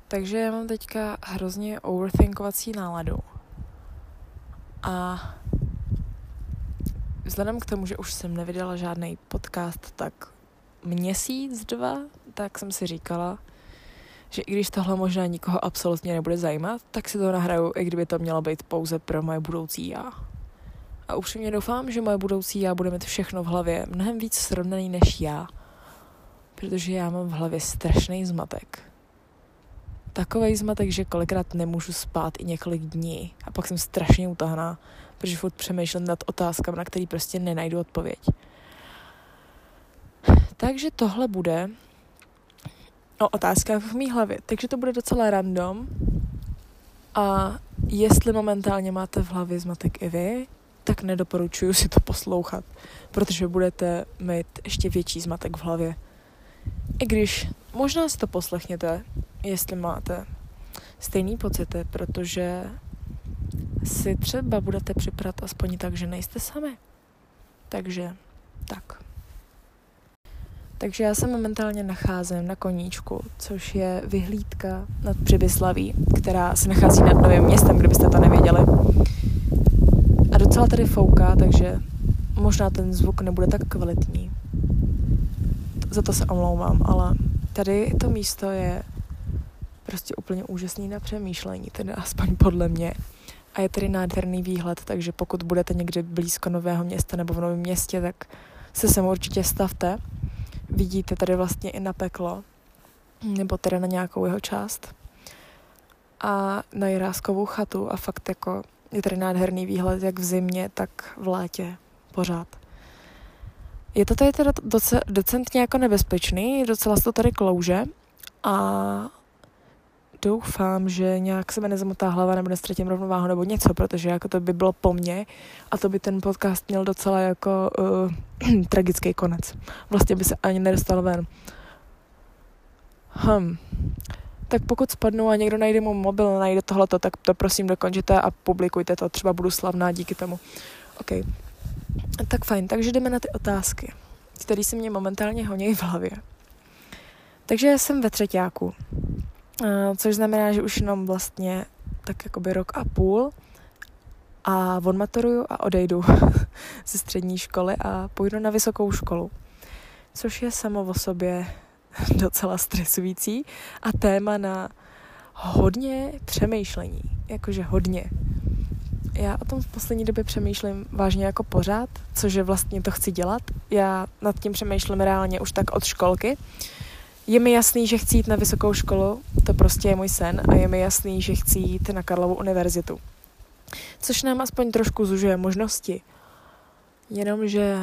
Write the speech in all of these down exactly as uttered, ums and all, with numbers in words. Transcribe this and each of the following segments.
Takže já mám teďka hrozně overthinkovací náladu. A vzhledem k tomu, že už jsem nevydala žádný podcast tak měsíc, dva, tak jsem si říkala, že i když tohle možná nikoho absolutně nebude zajímat, tak si to nahraju, i kdyby to mělo být pouze pro moje budoucí já. A upřímně doufám, že moje budoucí já bude mít všechno v hlavě mnohem víc srovnaný než já, protože já mám v hlavě strašný zmatek. Takovej zmatek, že kolikrát nemůžu spát i několik dní a pak jsem strašně utahaná, protože furt přemýšlím nad otázkami, na který prostě nenajdu odpověď. Takže tohle bude o otázkách v mý hlavě. Takže to bude docela random. A jestli momentálně máte v hlavě zmatek i vy, tak nedoporučuju si to poslouchat, protože budete mít ještě větší zmatek v hlavě. I když možná si to poslechněte, jestli máte stejný pocity, protože si třeba budete připadat aspoň tak, že nejste sami. Takže tak. Takže já se momentálně nacházím na Koníčku, což je vyhlídka nad Přibyslaví, která se nachází nad Novým Městem, kdybyste to nevěděli. A docela tady fouká, takže možná ten zvuk nebude tak kvalitní. Za to se omlouvám, ale tady to místo je prostě úplně úžasný na přemýšlení, tedy aspoň podle mě. A je tady nádherný výhled, takže pokud budete někdy blízko Nového Města nebo v Novém Městě, tak se sem určitě stavte. Vidíte tady vlastně i na peklo, nebo teda na nějakou jeho část. A na Jiráskovou chatu a fakt jako je tady nádherný výhled jak v zimě, tak v létě pořád. Je to tady teda doce, docentně jako nebezpečný, docela se to tady klouže a doufám, že nějak se mi nezamotá hlava nebo nestratím rovnováhu nebo něco, protože jako to by bylo po mně a to by ten podcast měl docela jako uh, tragický konec. Vlastně by se ani nedostal ven. Hm. Tak pokud spadnu a někdo najde mu mobil, najde tohleto, tak to prosím dokončite a publikujte to. Třeba budu slavná díky tomu. OK. Tak fajn, takže jdeme na ty otázky, které se mě momentálně honí v hlavě. Takže jsem ve třeťáku, což znamená, že už jenom vlastně tak jakoby rok a půl a odmaturuju a odejdu ze střední školy a půjdu na vysokou školu, což je samo o sobě docela stresující a téma na hodně přemýšlení, jakože hodně. Já o tom v poslední době přemýšlím vážně jako pořád, cože vlastně to chci dělat. Já nad tím přemýšlím reálně už tak od školky. Je mi jasný, že chci jít na vysokou školu, to prostě je můj sen a je mi jasný, že chci jít na Karlovu univerzitu. Což nám aspoň trošku zužuje možnosti. Jenomže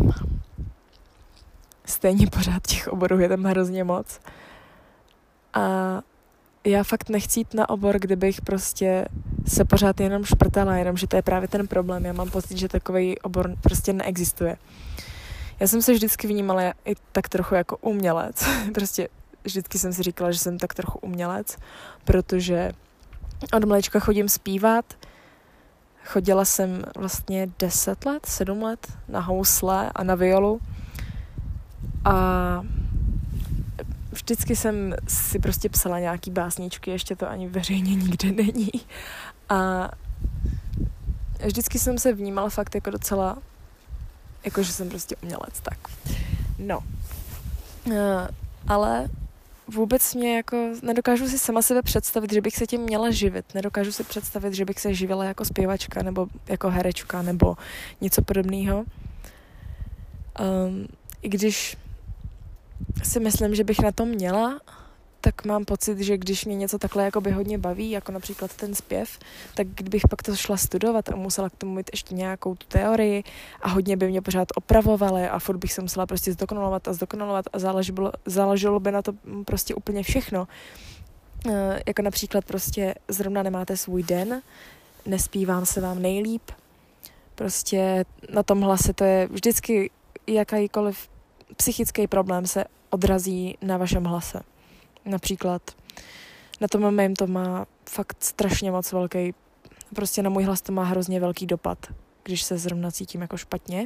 stejně pořád těch oborů je tam hrozně moc. A já fakt nechci jít na obor, kde bych prostě se pořád jenom šprtala, jenomže to je právě ten problém. Já mám pocit, že takový obor prostě neexistuje. Já jsem se vždycky vnímala i tak trochu jako umělec. Prostě vždycky jsem si říkala, že jsem tak trochu umělec, protože od malička chodím zpívat. Chodila jsem vlastně deset let, sedm let na housle a na violu. A vždycky jsem si prostě psala nějaký básničky, ještě to ani veřejně nikde není. A vždycky jsem se vnímala fakt jako docela, jako že jsem prostě umělec, tak. No. Uh, ale vůbec mě jako, nedokážu si sama sebe představit, že bych se tím měla živit. Nedokážu si představit, že bych se živila jako zpěvačka, nebo jako herečka, nebo něco podobného. Um, I když si myslím, že bych na to měla, tak mám pocit, že když mě něco takhle jakoby hodně baví, jako například ten zpěv, tak kdybych pak to šla studovat a musela k tomu mít ještě nějakou tu teorii a hodně by mě pořád opravovali a furt bych se musela prostě zdokonalovat a zdokonalovat a záležilo, záleželo by na to prostě úplně všechno. E, jako například prostě zrovna nemáte svůj den, nespívám se vám nejlíp, prostě na tom hlase to je vždycky jakýkoliv psychický problém se odrazí na vašem hlase. Například na tom mém to má fakt strašně moc velký, prostě na můj hlas to má hrozně velký dopad, když se zrovna cítím jako špatně.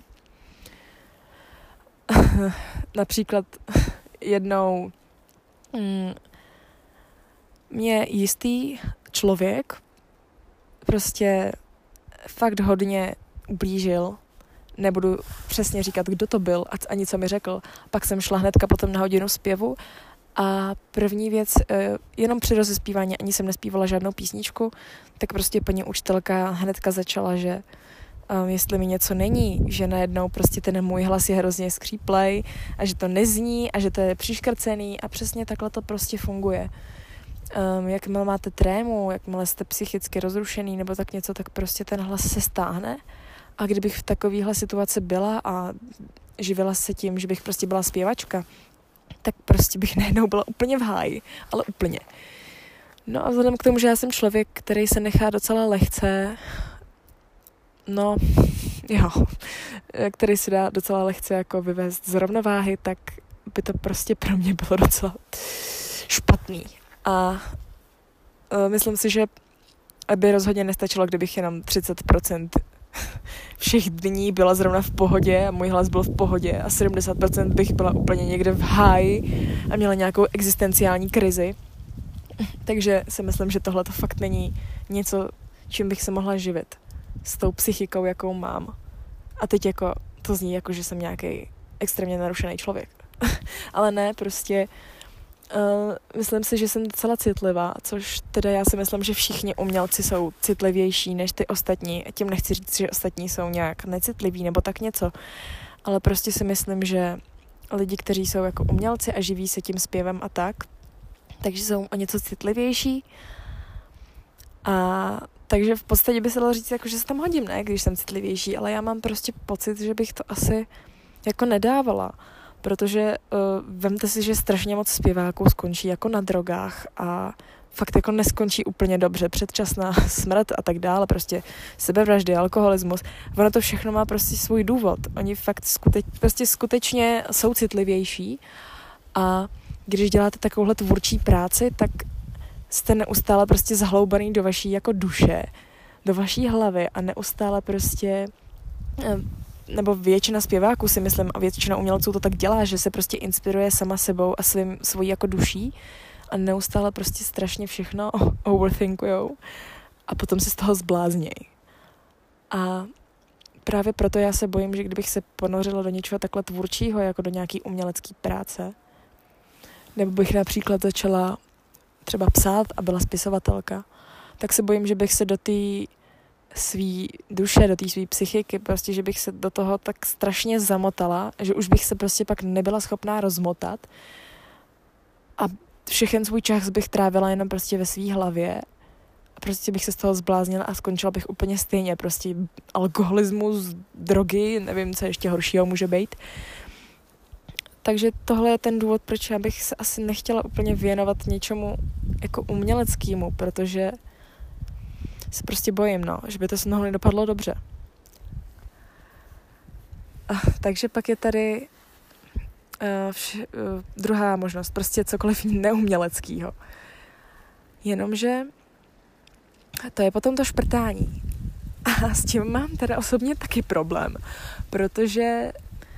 Například jednou mm, mě jistý člověk prostě fakt hodně ublížil. Nebudu přesně říkat, kdo to byl a ani co mi řekl. Pak jsem šla hnedka potom na hodinu zpěvu a první věc, jenom při rozespívání, ani jsem nespívala žádnou písničku, tak prostě paní učitelka hnedka začala, že um, jestli mi něco není, že najednou prostě ten můj hlas je hrozně skříplej a že to nezní a že to je přiškrcený a přesně takhle to prostě funguje. Um, jakmile máte trému, jakmile jste psychicky rozrušený nebo tak něco, tak prostě ten hlas se stáhne. A kdybych v takovéhle situaci byla a živila se tím, že bych prostě byla zpěvačka, tak prostě bych najednou byla úplně v háji, ale úplně. No a vzhledem k tomu, že já jsem člověk, který se nechá docela lehce, no, jo, který si dá docela lehce jako vyvést z rovnováhy, tak by to prostě pro mě bylo docela špatný. A uh, myslím si, že by rozhodně nestačilo, kdybych jenom třicet procent všech dní byla zrovna v pohodě a můj hlas byl v pohodě a sedmdesát procent bych byla úplně někde v háji a měla nějakou existenciální krizi. Takže si myslím, že tohle to fakt není něco, čím bych se mohla živit. S tou psychikou, jakou mám. A teď jako, to zní jako, že jsem nějaký extrémně narušený člověk. Ale ne, prostě uh, myslím si, že jsem docela citlivá, což teda já si myslím, že všichni umělci jsou citlivější než ty ostatní. A tím nechci říct, že ostatní jsou nějak necitliví nebo tak něco. Ale prostě si myslím, že lidi, kteří jsou jako umělci a živí se tím zpěvem a tak, takže jsou o něco citlivější. A takže v podstatě by se dalo říct, jako, že se tam hodím, ne, když jsem citlivější, ale já mám prostě pocit, že bych to asi jako nedávala. Protože uh, vemte si, že strašně moc zpěváků skončí jako na drogách a fakt jako neskončí úplně dobře, předčasná smrt a tak dále, prostě sebevraždy, alkoholismus. Ono to všechno má prostě svůj důvod. Oni fakt skuteč, prostě skutečně jsou citlivější a když děláte takovouhle tvůrčí práci, tak jste neustále prostě zahloubaný do vaší jako duše, do vaší hlavy a neustále prostě... nebo většina zpěváků si myslím a většina umělců to tak dělá, že se prostě inspiruje sama sebou a svým, svojí jako duší a neustále prostě strašně všechno overthinkujou a potom se z toho zbláznějí. A právě proto já se bojím, že kdybych se ponořila do něčeho takhle tvůrčího, jako do nějaký umělecký práce, nebo bych například začala třeba psát a byla spisovatelka, tak se bojím, že bych se do té svý duše, do té svý psychiky, prostě, že bych se do toho tak strašně zamotala, že už bych se prostě pak nebyla schopná rozmotat a všechen svůj čas bych trávila jenom prostě ve svý hlavě a prostě bych se z toho zbláznila a skončila bych úplně stejně, prostě alkoholismus, drogy, nevím, co ještě horšího může být. Takže tohle je ten důvod, proč já bych se asi nechtěla úplně věnovat něčemu jako uměleckému, protože se prostě bojím, no, že by to se mnou nedopadlo dobře. Uh, takže pak je tady uh, vš- uh, druhá možnost, prostě cokoliv neuměleckýho. Jenomže to je potom to šprtání. A s tím mám teda osobně taky problém, protože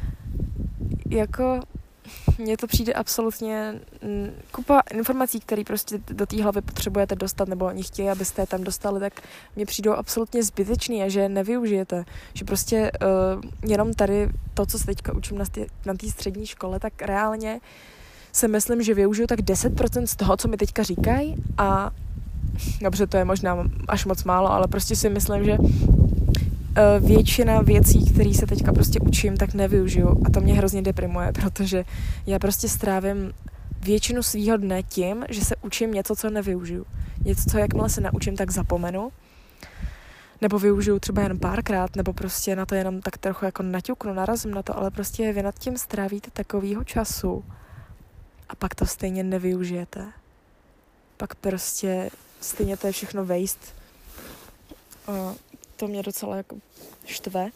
jako mně to přijde absolutně m, kupa informací, které prostě do té hlavy potřebujete dostat, nebo oni chtějí, abyste je tam dostali, tak mně přijdou absolutně zbytečný a že je nevyužijete. Že prostě uh, jenom tady to, co se teďka učím na té na střední škole, tak reálně si myslím, že využiju tak deset procent z toho, co mi teďka říkají a dobře, to je možná až moc málo, ale prostě si myslím, že většina věcí, které se teďka prostě učím, tak nevyužiju a to mě hrozně deprimuje, protože já prostě strávím většinu svýho dne tím, že se učím něco, co nevyužiju. Něco, co jakmile se naučím, tak zapomenu. Nebo využiju třeba jen párkrát, nebo prostě na to jenom tak trochu jako naťuknu, narazím na to, ale prostě vy nad tím strávíte takovýho času a pak to stejně nevyužijete. Pak prostě stejně to je všechno waste. Uh, To mě docela jako štve.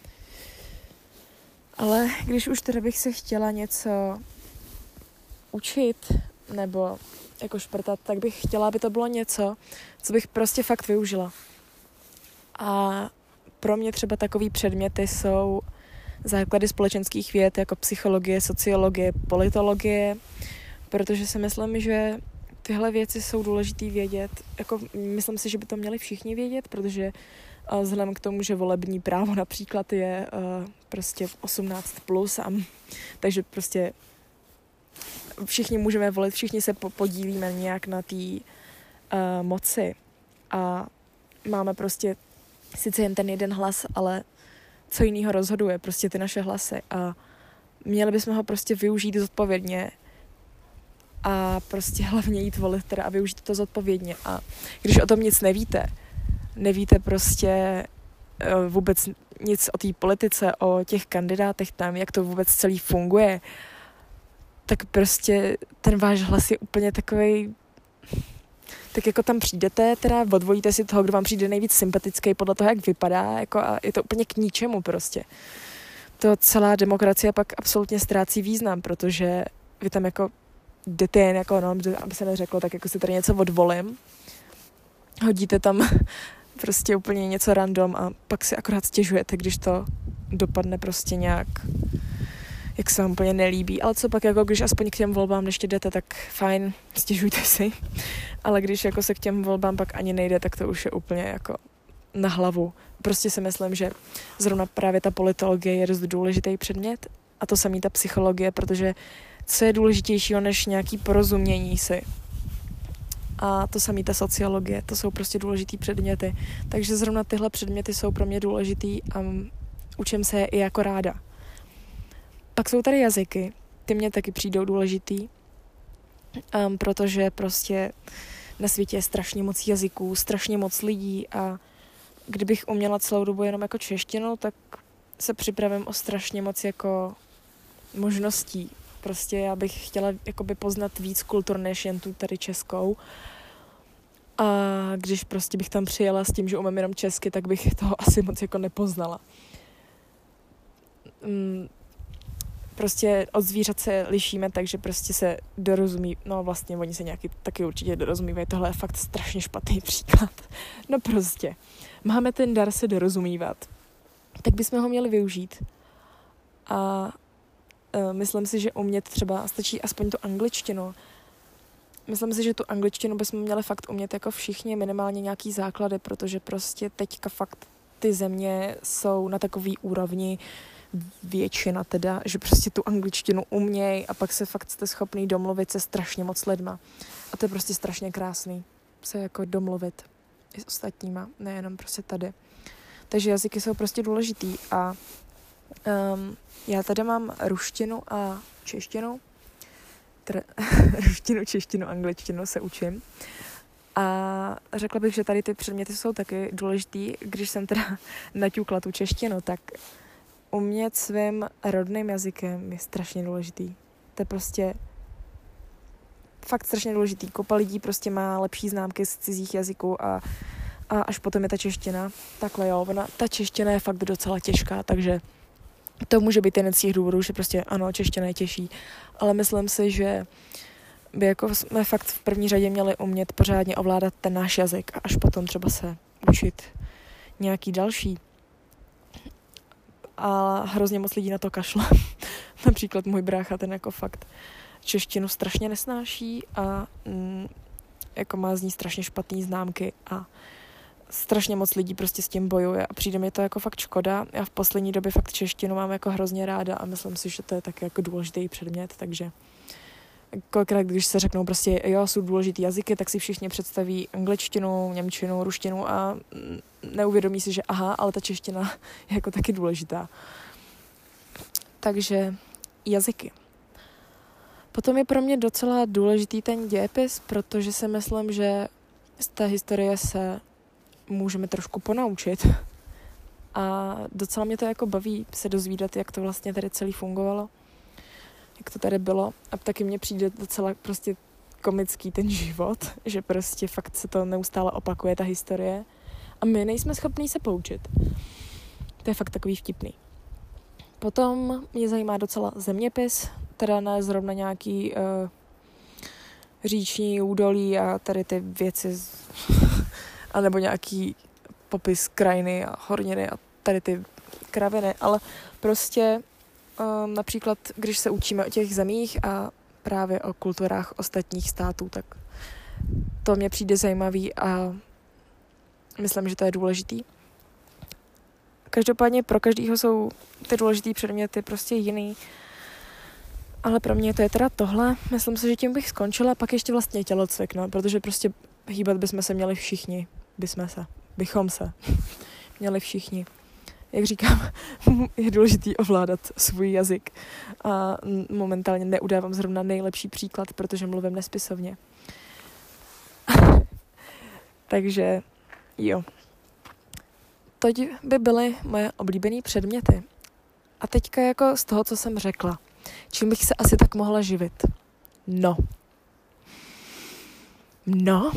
Ale když už teda bych se chtěla něco učit nebo jako šprtat, tak bych chtěla, aby to bylo něco, co bych prostě fakt využila. A pro mě třeba takový předměty jsou základy společenských věd, jako psychologie, sociologie, politologie, protože si myslím, že tyhle věci jsou důležitý vědět. Jako, myslím si, že by to měli všichni vědět, protože uh, vzhledem k tomu, že volební právo například je uh, prostě osmnáct plus, a, takže prostě všichni můžeme volit, všichni se po- podílíme nějak na té uh, moci a máme prostě sice jen ten jeden hlas, ale co jiného rozhoduje, prostě ty naše hlasy a měli bychom ho prostě využít zodpovědně a prostě hlavně jít volit teda a využít to zodpovědně. A když o tom nic nevíte, nevíte prostě uh, vůbec nic o té politice, o těch kandidátech tam, jak to vůbec celý funguje, tak prostě ten váš hlas je úplně takovej, tak jako tam přijdete, teda odvolíte si toho, kdo vám přijde nejvíc sympatický podle toho, jak vypadá, jako a je to úplně k ničemu prostě. To celá demokracie pak absolutně ztrácí význam, protože vy tam jako jdete jen jako, no, aby se neřeklo, tak jako si tady něco odvolím, hodíte tam prostě úplně něco random a pak si akorát stěžujete, když to dopadne prostě nějak, jak se vám úplně nelíbí. Ale co pak, jako když aspoň k těm volbám ještě jdete, tak fajn, stěžujte si. Ale když jako se k těm volbám pak ani nejde, tak to už je úplně jako na hlavu. Prostě si myslím, že zrovna právě ta politologie je dost důležitý předmět a to samý ta psychologie, protože co je důležitějšího než nějaký porozumění si. A to samý ta sociologie, to jsou prostě důležitý předměty. Takže zrovna tyhle předměty jsou pro mě důležitý a učím se je i jako ráda. Pak jsou tady jazyky, ty mě taky přijdou důležitý, um, protože prostě na světě je strašně moc jazyků, strašně moc lidí a kdybych uměla celou dobu jenom jako češtinu, tak se připravím o strašně moc jako možností. Prostě já bych chtěla jakoby poznat víc kultur než jen tu tady českou. A když prostě bych tam přijela s tím, že umím jenom česky, tak bych toho asi moc jako nepoznala. Mm, prostě od zvířat se lišíme, takže prostě se dorozumí, no vlastně oni se nějaký taky určitě dorozumívají, tohle je fakt strašně špatný příklad. No prostě, máme ten dar se dorozumívat, tak bychom ho měli využít. A uh, myslím si, že umět třeba stačí aspoň tu angličtinu. Myslím si, že tu angličtinu bychom měli fakt umět jako všichni, minimálně nějaký základy, protože prostě teďka fakt ty země jsou na takový úrovni, většina teda, že prostě tu angličtinu uměj a pak se fakt jste schopný domluvit se strašně moc lidma. A to je prostě strašně krásný, se jako domluvit i s ostatníma, nejenom prostě tady. Takže jazyky jsou prostě důležitý a um, já tady mám ruštinu a češtinu, teda ruštinu, češtinu, angličtinu se učím. A řekla bych, že tady ty předměty jsou taky důležitý. Když jsem teda naťukla tu češtinu, tak umět svým rodným jazykem je strašně důležitý. To je prostě fakt strašně důležitý. Kopa lidí prostě má lepší známky z cizích jazyků a, a až potom je ta čeština. Takhle jo, ona, ta čeština je fakt docela těžká, takže to může být jeden z těch důvodů, že prostě ano, čeština je těžší. Ale myslím si, že by jako jsme fakt v první řadě měli umět pořádně ovládat ten náš jazyk a až potom třeba se učit nějaký další. A hrozně moc lidí na to kašle. Například můj brácha, ten jako fakt češtinu strašně nesnáší a mm, jako má z ní strašně špatný známky a strašně moc lidí prostě s tím bojuje a přijde mi to jako fakt škoda. Já v poslední době fakt češtinu mám jako hrozně ráda a myslím si, že to je taky jako důležitý předmět, takže kolikrát, když se řeknou prostě, jo, jsou důležitý jazyky, tak si všichni představí angličtinu, němčinu, ruštinu a neuvědomí si, že aha, ale ta čeština je jako taky důležitá. Takže jazyky. Potom je pro mě docela důležitý ten dějepis, protože si myslím, že z té historie se můžeme trošku ponaučit. A docela mě to jako baví se dozvídat, jak to vlastně tady celý fungovalo. Jak to tady bylo. A taky mně přijde docela prostě komický ten život, že prostě fakt se to neustále opakuje, ta historie. A my nejsme schopní se poučit. To je fakt takový vtipný. Potom mě zajímá docela zeměpis, teda ne zrovna nějaký uh, říční údolí a tady ty věci, z... anebo nějaký popis krajiny a horniny a tady ty kraviny, ale prostě um, například, když se učíme o těch zemích a právě o kulturách ostatních států, tak To mě přijde zajímavý a myslím, že to je důležitý. Každopádně pro každého jsou ty důležitý předměty prostě jiný. Ale pro mě to je teda tohle. Myslím si, že tím bych skončila, pak ještě vlastně tělocvik, no, protože prostě hýbat bychom se měli všichni. Bychom se. Bychom se. Měli všichni. Jak říkám, je důležitý ovládat svůj jazyk. A momentálně neudávám zrovna nejlepší příklad, protože mluvím nespisovně. Takže jo. To by byly moje oblíbené předměty. A teďka jako z toho, co jsem řekla, čím bych se asi tak mohla živit? No. No.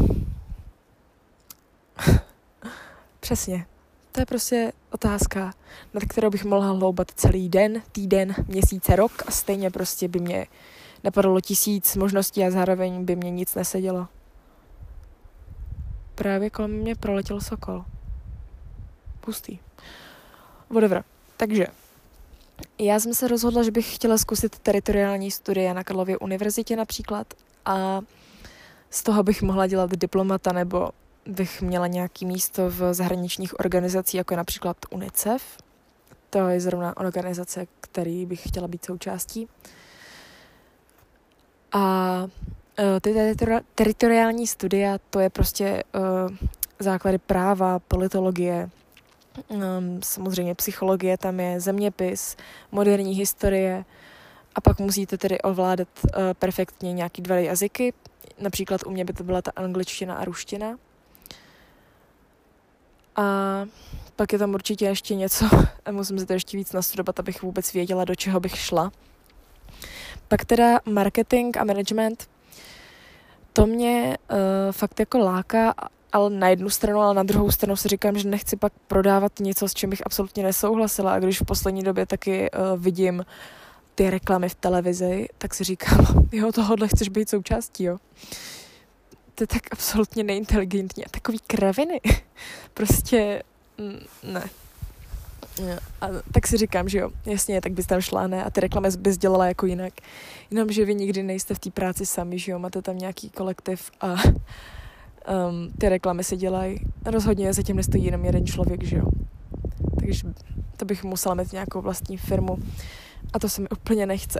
Přesně. To je prostě otázka, nad kterou bych mohla hloubat celý den, týden, měsíce, rok a stejně prostě by mě napadlo tisíc možností a zároveň by mě nic nesedělo. Právě kolem mě proletěl sokol. Pustý. Whatever. Takže já jsem se rozhodla, že bych chtěla zkusit teritoriální studie na Karlově univerzitě například a z toho bych mohla dělat diplomata nebo bych měla nějaké místo v zahraničních organizacích, jako je například UNICEF. To je zrovna organizace, který bych chtěla být součástí. A ty teritori- teritoriální studia, to je prostě uh, základy práva, politologie, um, samozřejmě psychologie, tam je zeměpis, moderní historie a pak musíte tedy ovládat uh, perfektně nějaký dva jazyky. Například u mě by to byla ta angličtina a ruština. A pak je tam určitě ještě něco, a musím si to ještě víc nastudovat, abych vůbec věděla, do čeho bych šla. Pak teda marketing a management, to mě uh, fakt jako láká, ale na jednu stranu, ale na druhou stranu si říkám, že nechci pak prodávat něco, s čím bych absolutně nesouhlasila. A když v poslední době taky uh, vidím ty reklamy v televizi, tak si říkám, jo, tohodle chceš být součástí, jo. To je tak absolutně neinteligentní a takový kraviny. Prostě ne. A tak si říkám, že jo, jasně, tak bys tam šla, ne? A ty reklamy bys dělala jako jinak. Jenom, že vy nikdy nejste v té práci sami, že jo, máte tam nějaký kolektiv a um, ty reklamy se dělají. Rozhodně zatím nestojí jenom jeden člověk, že jo. Takže to bych musela mít nějakou vlastní firmu a to se mi úplně nechce.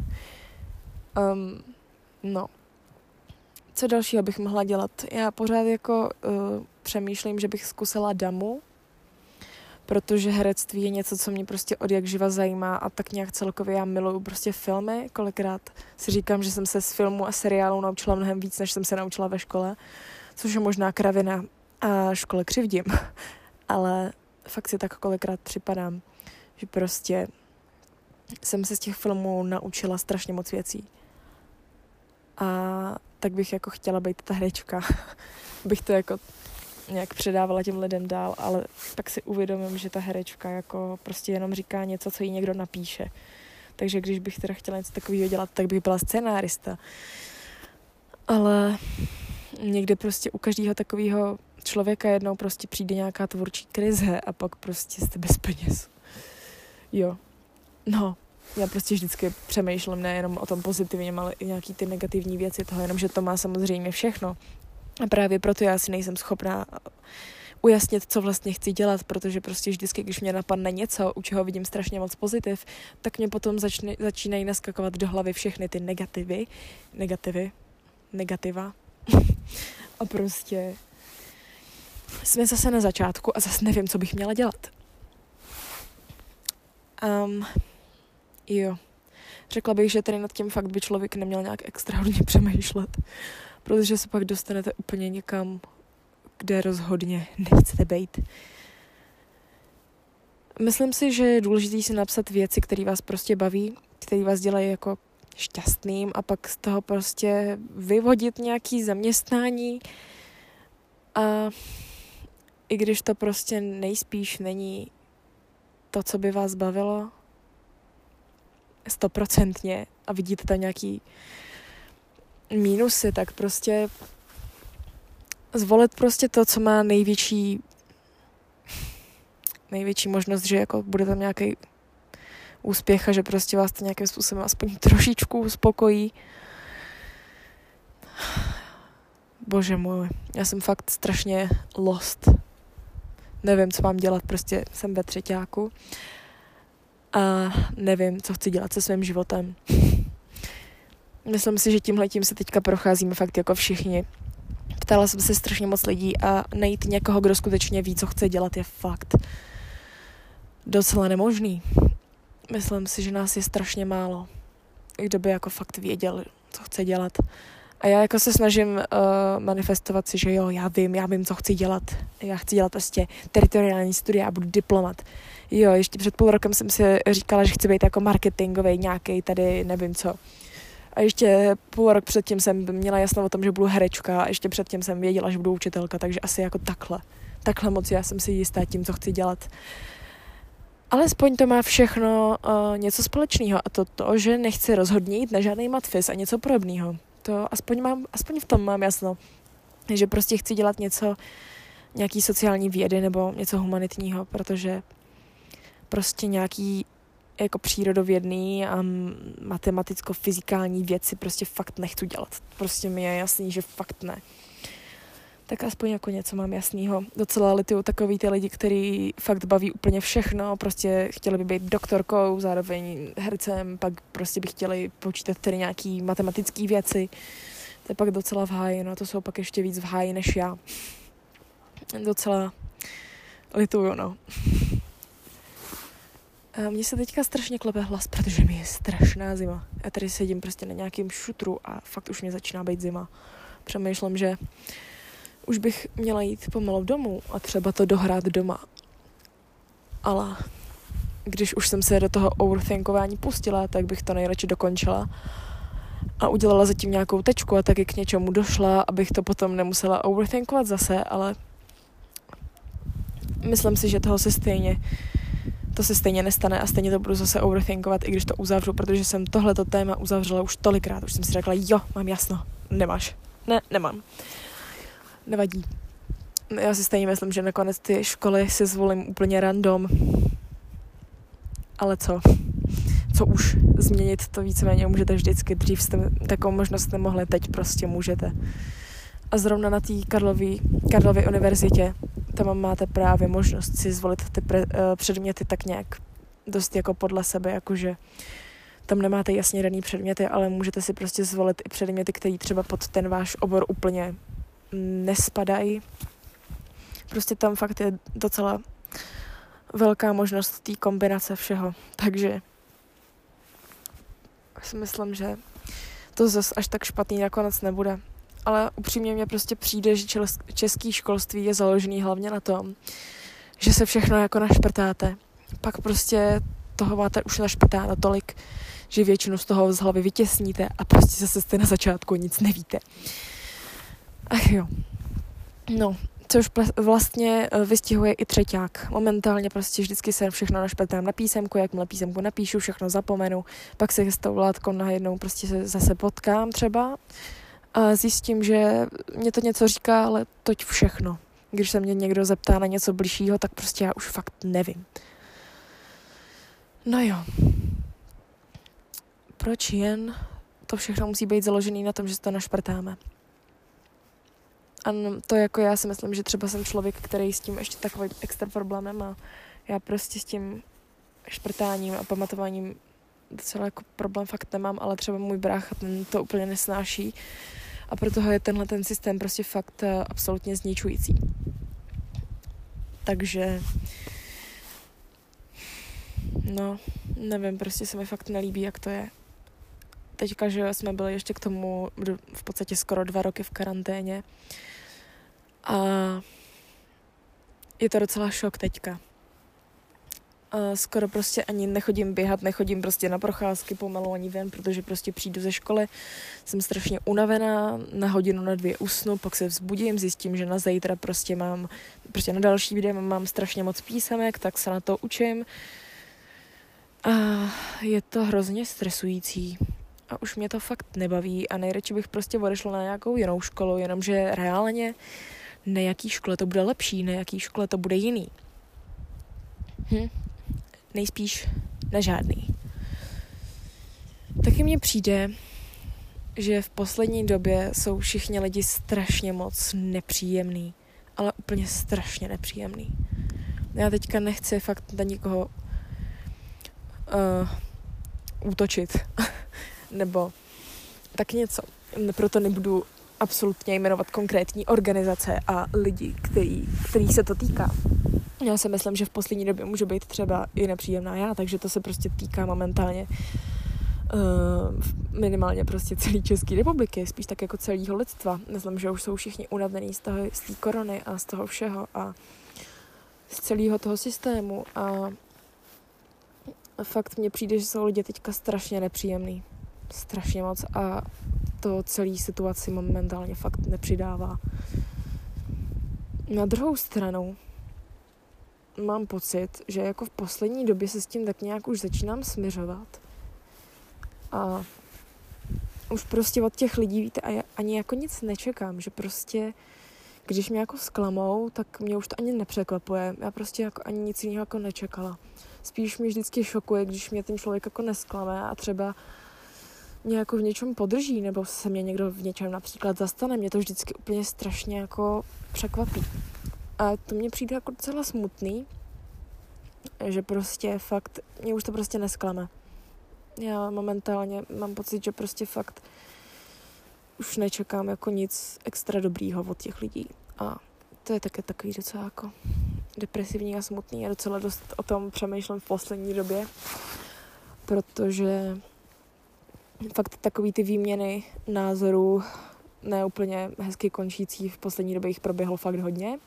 um, no. Co dalšího bych mohla dělat? Já pořád jako uh, přemýšlím, že bych zkusila damu, protože herectví je něco, co mě prostě od jak živa zajímá a tak nějak celkově já miluju prostě filmy. Kolikrát si říkám, že jsem se z filmu a seriálu naučila mnohem víc, než jsem se naučila ve škole, což je možná kravina a škole křivdím, ale fakt si tak kolikrát připadám, že prostě jsem se z těch filmů naučila strašně moc věcí. A tak bych jako chtěla být ta herečka, bych to jako nějak předávala těm lidem dál, ale pak si uvědomím, že ta herečka jako prostě jenom říká něco, co jí někdo napíše. Takže když bych teda chtěla něco takového dělat, tak bych byla scénárista. Ale někdy prostě u každého takového člověka jednou prostě přijde nějaká tvůrčí krize a pak prostě jste bez peněz. Jo. No. Já prostě vždycky přemýšlím nejenom o tom pozitivním, ale i nějaký ty negativní věci toho, jenomže to má samozřejmě všechno. A právě proto já si nejsem schopná ujasnit, co vlastně chci dělat, protože prostě vždycky, když mě napadne něco, u čeho vidím strašně moc pozitiv, tak mě potom začne, začínají naskakovat do hlavy všechny ty negativy, negativy, negativa. A prostě jsme zase na začátku a zase nevím, co bych měla dělat. Um, jo. Řekla bych, že tady nad tím fakt by člověk neměl nějak extra hodně přemýšlet, protože se pak dostanete úplně někam, kde rozhodně nechcete být. Myslím si, že je důležité si napsat věci, které vás prostě baví, které vás dělají jako šťastným a pak z toho prostě vyvodit nějaký zaměstnání a i když to prostě nejspíš není to, co by vás bavilo, stoprocentně a vidíte tam nějaký mínusy, tak prostě zvolit prostě to, co má největší největší možnost, že jako bude tam nějaký úspěch a že prostě vás to nějakým způsobem aspoň trošičku uspokojí. bože můj, já jsem fakt strašně lost. Nevím, co mám dělat, prostě jsem ve třeťáku a nevím, co chci dělat se svým životem. Myslím si, že tímhletím se teďka procházíme fakt jako všichni. Ptala jsem se strašně moc lidí a najít někoho, kdo skutečně ví, co chce dělat, je fakt docela nemožný. Myslím si, že nás je strašně málo, kdo by jako fakt věděl, co chce dělat. A já jako se snažím uh, manifestovat si, že jo, já vím, já vím, co chci dělat. Já chci dělat prostě teritoriální studia a budu diplomat. Jo, ještě před půl rokem jsem si říkala, že chci být jako marketingový nějaký tady, nevím co. A ještě půl rok předtím jsem měla jasno o tom, že budu herečka a ještě předtím jsem věděla, že budu učitelka, takže asi jako takhle. Takhle moc já jsem si jistá tím, co chci dělat. Alespoň to má všechno uh, něco společného a to to, že nechci rozhodně jít na žádný matfis a něco podobného. To aspoň, mám, aspoň v tom mám jasno, že prostě chci dělat něco, nějaký sociální vědy nebo něco humanitního, protože prostě nějaký jako přírodovědný a matematicko-fyzikální věci prostě fakt nechci dělat. Prostě mi je jasný, že fakt ne. Tak aspoň jako něco mám jasného. Docela lituju takový ty lidi, který fakt baví úplně všechno, prostě chtěli by být doktorkou, zároveň hercem, pak prostě by chtěli počítat tedy nějaký matematický věci. To je pak docela v háji, no to jsou pak ještě víc v háji než já. Docela lituju, no. A mně se teďka strašně klepe hlas, protože mi je strašná zima. Já tady sedím prostě na nějakém šutru a fakt už mě začíná být zima. Přemýšlím, že už bych měla jít pomalu domů a třeba to dohrát doma. Ale když už jsem se do toho overthinkování pustila, tak bych to nejradši dokončila a udělala zatím nějakou tečku a taky k něčemu došla, abych to potom nemusela overthinkovat zase, ale myslím si, že toho se stejně to se stejně nestane a stejně to budu zase overthinkovat, i když to uzavřu, protože jsem tohleto téma uzavřela už tolikrát. Už jsem si řekla, jo, mám jasno. Nemáš. Ne, nemám. Nevadí. Já si stejně myslím, že nakonec ty školy si zvolím úplně random. Ale co? Co už? Změnit to víceméně můžete vždycky. Dřív jste takovou možnost nemohli, teď prostě můžete. A zrovna na té Karlově Karlově univerzitě tam máte právě možnost si zvolit ty pre, uh, předměty tak nějak dost jako podle sebe, jakože tam nemáte jasně daný předměty, ale můžete si prostě zvolit i předměty, které třeba pod ten váš obor úplně nespadají. Prostě tam fakt je docela velká možnost té kombinace všeho. Takže si myslím, že to zase až tak špatný nakonec nebude. Ale upřímně mně prostě přijde, že český školství je založený hlavně na tom, že se všechno jako našprtáte. Pak prostě toho máte už našprtáno tolik, že většinu z toho z hlavy vytěsníte a prostě zase jste na začátku nic nevíte. Ach jo. No, což vlastně vystihuje i třeťák. Momentálně prostě vždycky se všechno našprtám na písemku, jakmile písemku napíšu, všechno zapomenu, pak se s tou látkou najednou prostě se zase potkám třeba a zjistím, že mě to něco říká, ale toť všechno. Když se mě někdo zeptá na něco bližšího, tak prostě já už fakt nevím. No jo. Proč jen to všechno musí být založený na tom, že se to našprtáme? A to jako já si myslím, že třeba jsem člověk, který s tím ještě takový extra problém má. Já prostě s tím šprtáním a pamatováním docela jako problém fakt nemám, ale třeba můj brácha ten to úplně nesnáší a proto je tenhle ten systém prostě fakt absolutně zničující. Takže no, nevím, prostě se mi fakt nelíbí, jak to je. Teďka, že jsme byli ještě k tomu v podstatě skoro dva roky v karanténě a je to docela šok teďka. A skoro prostě ani nechodím běhat, nechodím prostě na procházky pomalu ani ven, protože prostě přijdu ze školy, jsem strašně unavená, na hodinu, na dvě usnu, pak se vzbudím, zjistím, že na zítra prostě mám, prostě na další den mám strašně moc písemek, tak se na to učím. A je to hrozně stresující. A už mě to fakt nebaví a nejradši bych prostě odešla na nějakou jinou školu, jenomže reálně na jaký škole to bude lepší, na jaký škole to bude jiný. Hm? Nejspíš na žádný. Taky mně přijde, že v poslední době jsou všichni lidi strašně moc nepříjemný, ale úplně strašně nepříjemný. Já teďka nechci fakt na nikoho uh, útočit, nebo tak něco. Proto nebudu absolutně jmenovat konkrétní organizace a lidi, který, který se to týká. Já si myslím, že v poslední době může být třeba i nepříjemná já, takže to se prostě týká momentálně uh, minimálně prostě celé České republiky, spíš tak jako celého lidstva. Myslím, že už jsou všichni unavení z toho, z té korony a z toho všeho a z celého toho systému a fakt mně přijde, že jsou lidi teďka strašně nepříjemný. Strašně moc a to celý situaci momentálně fakt nepřidává. Na druhou stranu mám pocit, že jako v poslední době se s tím tak nějak už začínám smiřovat. A už prostě od těch lidí, víte, a já ani jako nic nečekám, že prostě, když mě jako zklamou, tak mě už to ani nepřekvapuje. Já prostě jako ani nic jiného jako nečekala. Spíš mě vždycky šokuje, když mě ten člověk jako nesklame a třeba mě jako v něčem podrží, nebo se mě někdo v něčem například zastane, mě to vždycky úplně strašně jako překvapí. A to mně přijde jako docela smutný, že prostě fakt, mě už to prostě nesklame. Já momentálně mám pocit, že prostě fakt už nečekám jako nic extra dobrýho od těch lidí. A to je také takový docela jako depresivní a smutný a docela dost o tom přemýšlím v poslední době, protože fakt takový ty výměny názorů neúplně hezky končící v poslední době jich proběhlo fakt hodně.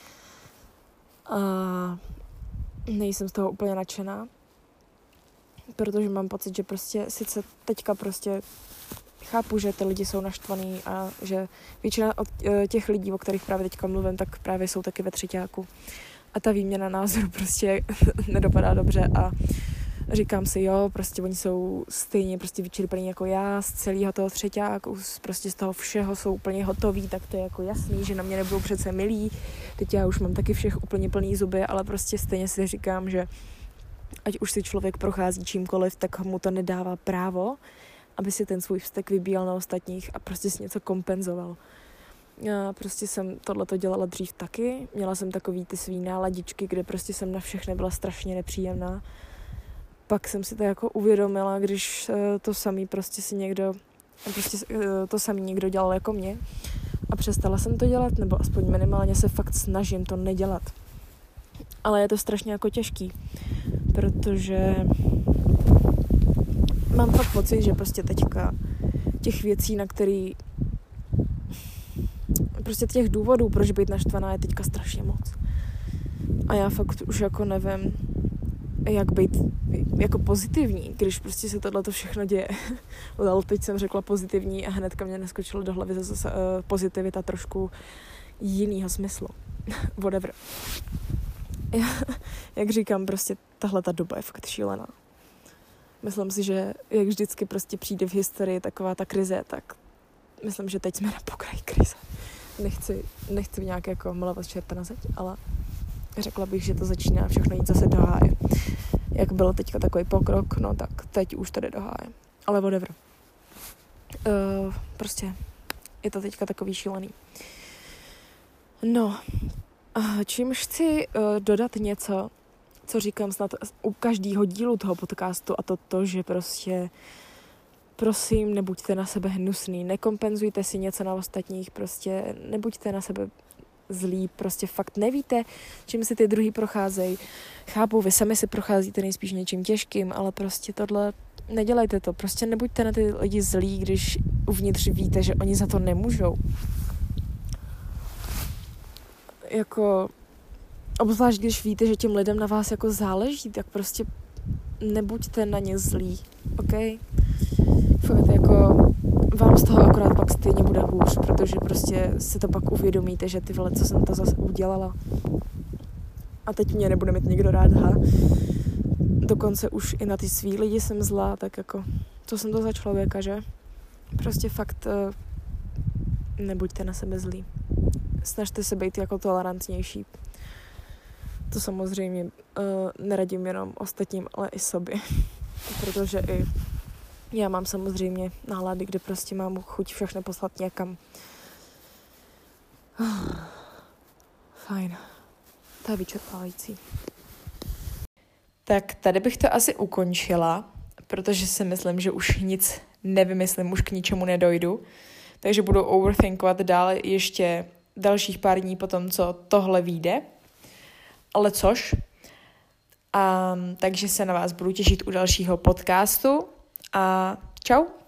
A nejsem z toho úplně nadšená, protože mám pocit, že prostě sice teďka prostě chápu, že ty lidi jsou naštvaný a že většina od těch lidí, o kterých právě teďka mluvím, tak právě jsou taky ve třeťáku. A ta výměna názoru prostě nedopadá dobře a říkám si, jo, prostě oni jsou stejně prostě vyčerpaný jako já z celého toho třeťáku, prostě z toho všeho jsou úplně hotoví, tak to je jako jasný, že na mě nebudou přece milí. Teď já už mám taky všech úplně plný zuby, ale prostě stejně si říkám, že ať už si člověk prochází čímkoliv, tak mu to nedává právo, aby si ten svůj vztek vybíjel na ostatních a prostě si něco kompenzoval. Já prostě jsem tohleto dělala dřív taky, měla jsem takový ty svý náladičky, kde prostě jsem na všechny byla strašně nepříjemná. Pak jsem si to jako uvědomila, když to samý prostě si někdo, prostě to samý někdo dělal jako mě a přestala jsem to dělat, nebo aspoň minimálně se fakt snažím to nedělat. Ale je to strašně jako těžký, protože mám fakt pocit, že prostě teďka těch věcí, na který prostě těch důvodů, proč být naštvaná, je teďka strašně moc. A já fakt už jako nevím, jak být jako pozitivní, když prostě se tohleto všechno děje. Ale teď jsem řekla pozitivní a hnedka mě naskočilo do hlavy zase uh, pozitivita trošku jinýho smyslu. Whatever. Já, jak říkám, prostě tahle ta doba je fakt šílená. Myslím si, že jak vždycky prostě přijde v historii taková ta krize, tak myslím, že teď jsme na pokraji krize. Nechci, nechci nějak jako malovat čerta na zeď, ale řekla bych, že to začíná všechno jít zase do háje. Jak bylo teďka takový pokrok, no tak teď už to jde do háje. Ale whatever. Uh, prostě je to teďka takový šílený. No, uh, čímž chci uh, dodat něco, co říkám snad u každého dílu toho podcastu, a to to, že prostě prosím, nebuďte na sebe hnusný, nekompenzujte si něco na ostatních, prostě nebuďte na sebe zlý, prostě fakt nevíte, čím si ty druhý procházejí. Chápu, vy sami si procházíte nejspíš něčím těžkým, ale prostě tohle, nedělejte to, prostě nebuďte na ty lidi zlí, když uvnitř víte, že oni za to nemůžou. Jako, obzvlášť když víte, že těm lidem na vás jako záleží, tak prostě nebuďte na ně zlí, ok? Fakt jako vám z toho akorát pak stejně bude hůř, protože prostě si to pak uvědomíte, že ty vole, co jsem to zase udělala. A teď mě nebude mít nikdo rád, ha. Dokonce už i na ty svý lidi jsem zlá, tak jako, co jsem to za člověka, že? Prostě fakt uh, nebuďte na sebe zlí. Snažte se být jako tolerantnější. To samozřejmě uh, neradím jenom ostatním, ale i sobě. Protože i Já mám samozřejmě nálady, kde prostě mám chuť všechno poslat někam. Fajn. To je vyčerpávající. Tak tady bych to asi ukončila, protože si myslím, že už nic nevymyslím, už k ničemu nedojdu. Takže budu overthinkovat dál ještě dalších pár dní po tom, co tohle vyjde. Ale což. A, takže se na vás budu těšit u dalšího podcastu. A čau.